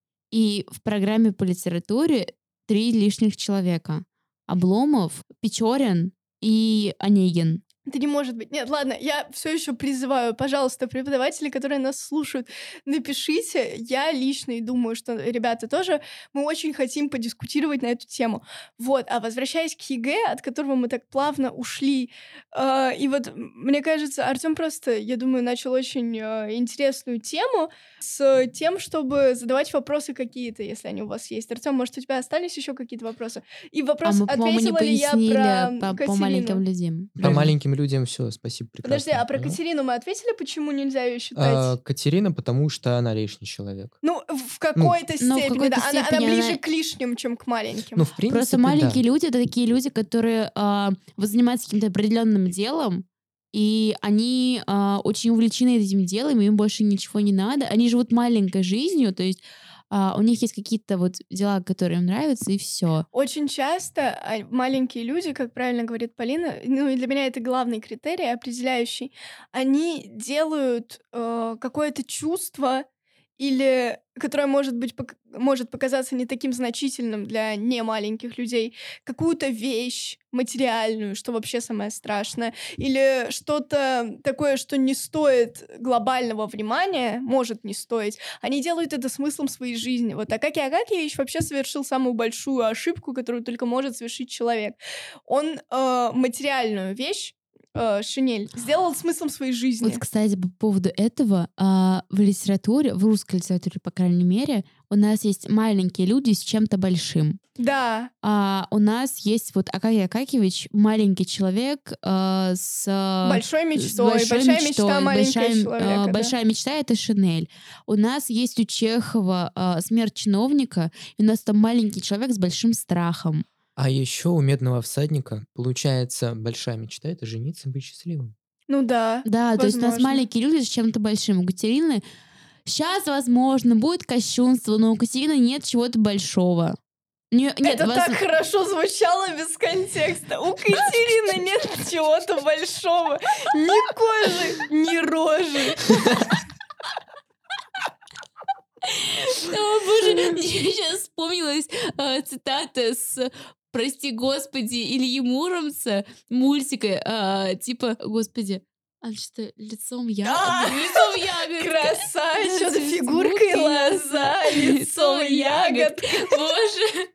и в программе по литературе 3 лишних человека. Обломов, Печорин и Онегин. Это не может быть. Нет, ладно, я все еще призываю, пожалуйста, преподаватели, которые нас слушают, напишите. Я лично и думаю, что ребята тоже, мы очень хотим подискутировать на эту тему. Вот, а возвращаясь к ЕГЭ, от которого мы так плавно ушли, и вот, мне кажется, Артём просто, я думаю, начал очень интересную тему с тем, чтобы задавать вопросы какие-то, если они у вас есть. Артём, может, у тебя остались еще какие-то вопросы? И вопрос, мы, по-моему, не ответила ли я пояснили про по Катерину? маленьким людям. По маленьким людям все, спасибо, прекрасно. Подожди, а про понял. Катерину мы ответили, почему нельзя ее считать? Катерина, потому что она лишний человек. Ну, в какой-то ну, в степени, какой-то да. Она степени ближе она- к лишним, чем к маленьким. Ну, в принципе, Просто маленькие люди — это такие люди, которые вот занимаются каким-то определенным делом, и они очень увлечены этим делом, и им больше ничего не надо. Они живут маленькой жизнью, то есть у них есть какие-то вот дела, которые им нравятся, и все. Очень часто маленькие люди, как правильно говорит Полина, ну и для меня это главный критерий, определяющий, они делают какое-то чувство, или которое может показаться не таким значительным для немаленьких людей, какую-то вещь материальную, что вообще самое страшное, или что-то такое, что не стоит глобального внимания, может не стоить, они делают это смыслом своей жизни. Вот Акакий Акакиевич вообще совершил самую большую ошибку, которую только может совершить человек. Он материальную вещь, шинель, сделал смыслом своей жизни. Вот, кстати, по поводу этого, в литературе, в русской литературе, по крайней мере, у нас есть маленькие люди с чем-то большим. Да. У нас есть вот Акакий Акакиевич, маленький человек с Большой с мечтой. большой Большая мечтой. мечта маленького человека. да. Большая мечта — это Шинель. У нас есть у Чехова «Смерть чиновника», и у нас там маленький человек с большим страхом. А еще у «Медного всадника» получается большая мечта — это жениться и быть счастливым. Ну да. Да, то есть у нас возможно. маленькие люди с чем-то большим. У Катерины сейчас, возможно, будет кощунство, но у Катерины нет чего-то большого. Нет, Это так хорошо звучало без контекста. У Катерины нет чего-то большого. Ни кожи, ни рожи. О, боже, мне сейчас вспомнилась цитата с «Прости, Господи» Ильи Муромца, мультика, типа, Господи, А что, лицом ягод? Лицом ягод. Красавица, Красавица, фигуркой фигуркой лоза, лицом ягод. Боже.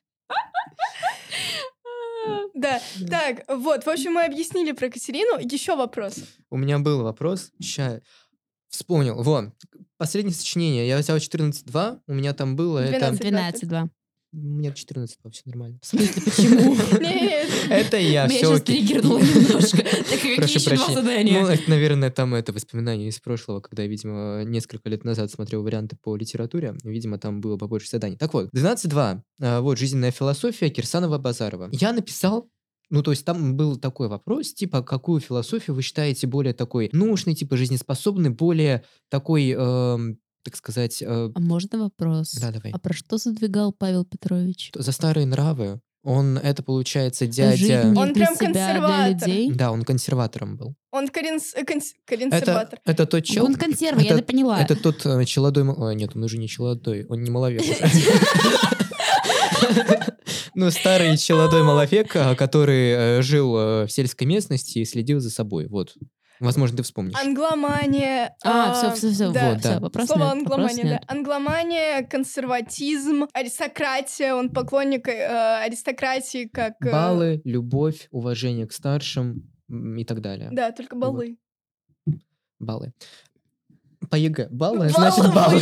Да, так, вот, в общем, мы объяснили про Катерину. Еще вопрос. У меня был вопрос. Ща вспомнил. Вон, последнее сочинение. Я взял 14.2. У меня там было... 12-2. У меня 14.2, все нормально. В смысле, почему? Нет. Это я, Меня все сейчас окей. триггернуло немножко. Так какие Прошу еще два прощения. задания? Ну, это, наверное, там это воспоминания из прошлого, когда я, видимо, несколько лет назад смотрел варианты по литературе. Видимо, там было побольше заданий. Так вот, 12.2. Вот, жизненная философия Кирсанова-Базарова. Я написал, ну, то есть там был такой вопрос, типа, какую философию вы считаете более такой нужной, типа, жизнеспособной, более такой, так сказать... А можно вопрос? Да, давай. А про что задвигал Павел Петрович? За старые нравы. Он, это, получается, дядя... Жить не Он для прям себя, для консерватор. людей? Да, он консерватором был. Он консерватор. Это тот чел... Он консерва, я это поняла. Это тот челодой... Нет, он уже не челодой, он не маловек. Ну, старый челодой маловек, который жил в сельской местности и следил за собой. Вот. Возможно, ты вспомнишь. Англомания. Все, да. вот, да, вопрос Слово нет, англомания, вопрос нет. да. Англомания, консерватизм, аристократия. Он поклонник аристократии как... Баллы, любовь, уважение к старшим и так далее. Да, только баллы. Баллы. По ЕГЭ. Баллы, Баллы значит по баллы.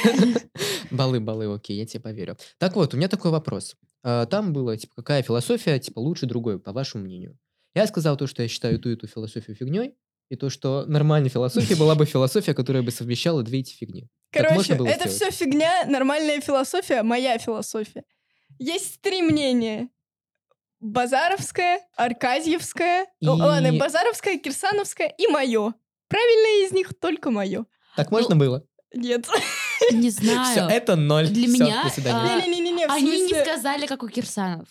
ЕГЭ. Баллы, окей, я тебе поверю. Так вот, у меня такой вопрос. Там было, типа, какая философия, типа, лучше другой, по вашему мнению? Я сказал то, что я считаю ту и ту философию фигней, и то, что нормальной философией была бы философия, которая бы совмещала две эти фигни. Так Короче, можно было это сделать? все фигня, нормальная философия, моя философия. Есть 3 мнения. Базаровская, Аркадьевская, ладно, Базаровская, Кирсановская и мое. Правильное из них только мое. Так можно было? Нет. Не Все, знаю. это 0. Для Всё, меня, до свидания. Не-не-не, в Они не смысле- сказали, как у Кирсанов.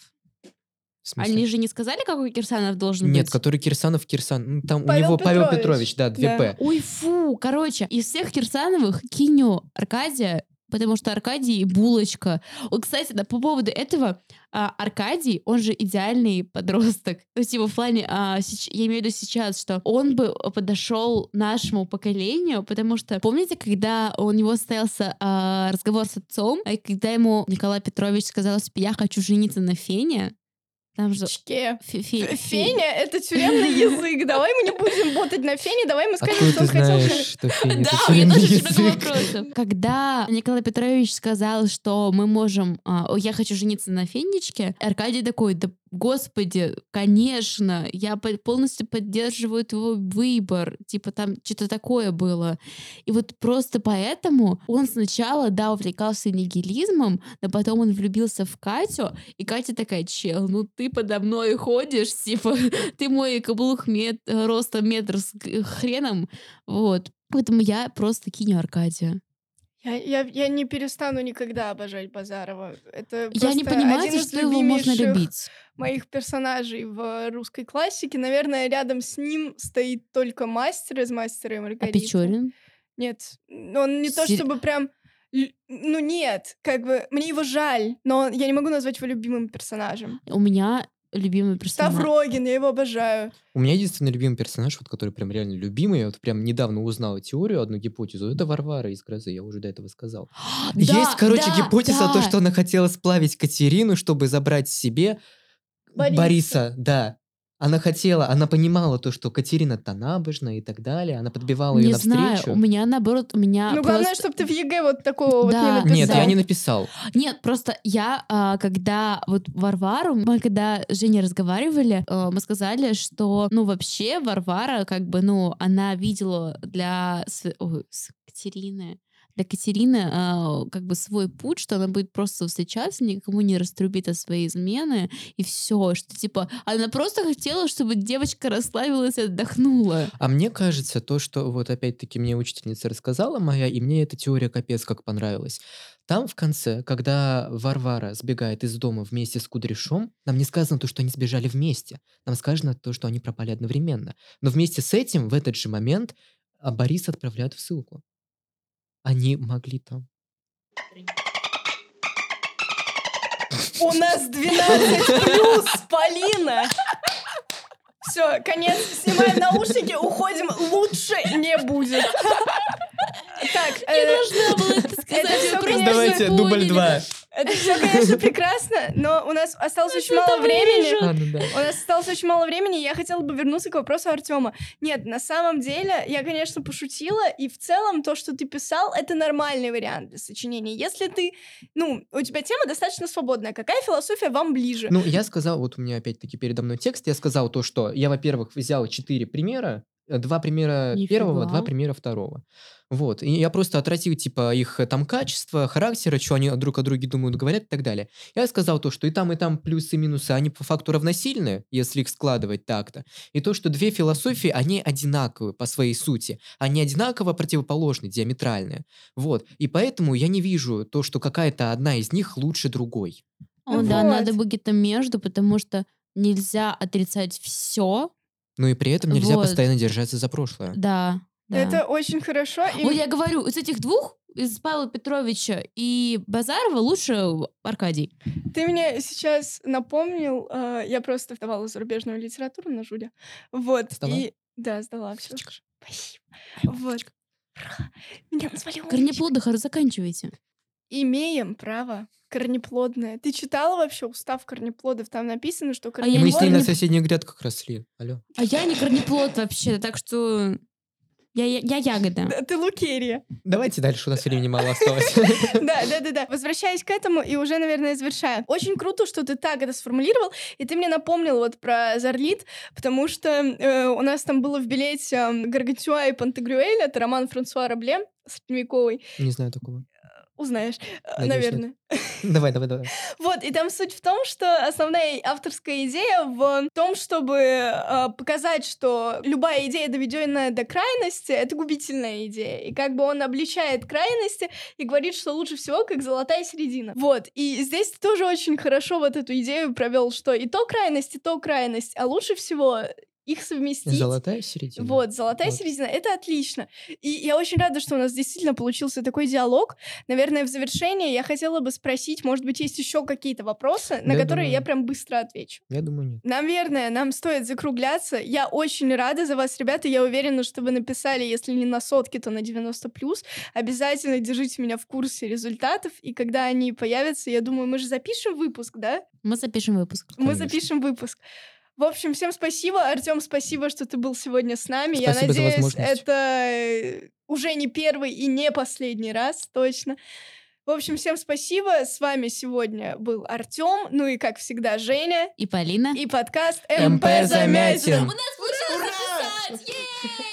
В смысле? Они же не сказали, какой Кирсанов должен Нет, быть? который Кирсанов. Ну, там у Павел него Павел Петрович. Петрович, да, 2 Да. П. Ой, фу, короче, из всех Кирсановых киню Аркадия, потому что Аркадий — булочка. Вот, кстати, да, по поводу этого, Аркадий, он же идеальный подросток. То есть его в плане, я имею в виду сейчас, что он бы подошел нашему поколению, потому что, помните, когда у него состоялся разговор с отцом, и когда ему Николай Петрович сказал, что я хочу жениться на Фене, там же... Чке. Феня. Феня — это тюремный язык. Давай мы не будем ботать на Фене, давай мы скажем, Откуда что он ты хотел... знаешь, что Феня Да, это у меня тюремный тоже очень много язык? вопросов. Когда Николай Петрович сказал, что мы можем... я хочу жениться на Фенечке, Аркадий такой, да господи, конечно, я полностью поддерживаю твой выбор. Типа там что-то такое было. И вот просто поэтому он сначала, да, увлекался нигилизмом, но потом он влюбился в Катю, и Катя такая, чел, ну ты подо мной ходишь, типа, ты мой каблук ростом метр с хреном, вот. Поэтому я просто киню Аркадия. Я не перестану никогда обожать Базарова. Это Я не просто понимаю, один из что его можно любимейших любить. моих персонажей в русской классике. Наверное, рядом с ним стоит только мастер из «Мастера и А Маргариты». Печорин? Нет, он не то чтобы прям... Ну нет, как бы мне его жаль, но я не могу назвать его любимым персонажем. У меня любимый персонаж. Ставрогин, я его обожаю. У меня единственный любимый персонаж, вот, который прям реально любимый, я вот прям недавно узнал теорию, одну гипотезу, это Варвара из «Грозы», я уже до этого сказал. Да, Есть, короче, да, гипотеза, да. то, что она хотела сплавить Катерину, чтобы забрать себе Бориса, да. Она понимала то, что Катерина-то набожна и так далее, она подбивала ее Не знаю, навстречу. у меня наоборот, у меня Ну, главное, просто... чтобы ты в ЕГЭ вот такого вот не Да. написал. Нет, я не написал. Нет, просто я, когда вот Варвару, мы когда с Женей разговаривали, мы сказали, что, ну, вообще Варвара, как бы, ну, она видела для Катерины как бы свой путь, что она будет просто встречаться, никому не раструбит о свои измены, и все, что, типа, она просто хотела, чтобы девочка расслабилась и отдохнула. А мне кажется, то, что вот опять-таки мне учительница рассказала моя, и мне эта теория капец как понравилась. Там в конце, когда Варвара сбегает из дома вместе с Кудряшом, нам не сказано то, что они сбежали вместе. Нам сказано то, что они пропали одновременно. Но вместе с этим, в этот же момент, Бориса отправляют в ссылку. Они могли там... У нас 12 плюс, Полина! Все, конец. Снимаем наушники, уходим. Лучше не будет. Так, Я должна была это это сказать. всё, вы просто конечно, Давайте, поняли. дубль 2. это все, конечно, прекрасно, но у нас осталось очень мало времени. Ладно, да. У нас осталось очень мало времени, и я хотела бы вернуться к вопросу Артема. Нет, на самом деле, я, конечно, пошутила, и в целом то, что ты писал, это нормальный вариант для сочинения. Если ты, у тебя тема достаточно свободная, какая философия вам ближе? Ну, я сказал, вот у меня опять-таки передо мной текст, я сказал то, что я, во-первых, взял 4 примера, 2 примера Нифига. первого, 2 примера второго. Вот. И я просто отразил, типа, их там качество, характера, что они друг о друге думают, говорят и так далее. Я сказал то, что и там плюсы и минусы, они по факту равносильны, если их складывать так-то. И то, что 2 философии, они одинаковы по своей сути. Они одинаково противоположны, диаметральные. Вот. И поэтому я не вижу то, что какая-то одна из них лучше другой. О, да, Вот. надо быть где-то между, потому что нельзя отрицать все. Но и при этом нельзя Вот. постоянно держаться за прошлое. Да. да. Это очень хорошо. и Вот я говорю, из этих двух, из Павла Петровича и Базарова, лучше Аркадий. Ты мне сейчас напомнил, я просто сдавала зарубежную литературу на Жуле. Вот. Сдала? Да, сдала все. Умничка. Спасибо. Вот. Меня назвали умничкой. Корнеплоды заканчивайте. Имеем право корнеплодное. Ты читала вообще устав корнеплодов? Там написано, что А я Мы не с ней корнеплоды... на корнеплод. соседних грядках росли. Алло. А я не корнеплод вообще, так что я ягода. Да, ты Лукерия. Давайте дальше, у нас времени мало осталось. Да. Возвращаясь к этому и уже, наверное, завершая. Очень круто, что ты так это сформулировал, и ты мне напомнил вот про Зарлит, потому что у нас там было в билете Гаргантюа и Пантагрюэль, это роман Франсуа Рабле средневековый. Не знаю такого. Узнаешь, Надеюсь, наверное. Давай. Вот, и там суть в том, что основная авторская идея в том, чтобы показать, что любая идея, доведенная до крайности, это губительная идея. И как бы он обличает крайности и говорит, что лучше всего как золотая середина. Вот, и здесь ты тоже очень хорошо вот эту идею провел, что и то крайность, а лучше всего их совместить. Золотая середина. Вот, золотая Вот. середина, это отлично. И я очень рада, что у нас действительно получился такой диалог. Наверное, в завершение я хотела бы спросить, может быть, есть еще какие-то вопросы, на Да, которые думаю. я прям быстро отвечу. Я думаю, нет. Наверное, нам стоит закругляться. Я очень рада за вас, ребята. Я уверена, что вы написали, если не на 100, то на 90+. Обязательно держите меня в курсе результатов. И когда они появятся, я думаю, мы же запишем выпуск, да? Мы запишем выпуск. Мы Конечно. запишем выпуск. В общем, всем спасибо. Артём, спасибо, что ты был сегодня с нами. Спасибо Я за надеюсь, возможность. это уже не первый и не последний раз, точно. В общем, всем спасибо. С вами сегодня был Артём, ну и, как всегда, Женя И Полина. и подкаст МП Замятин. У нас получилось записать! Е-е-е!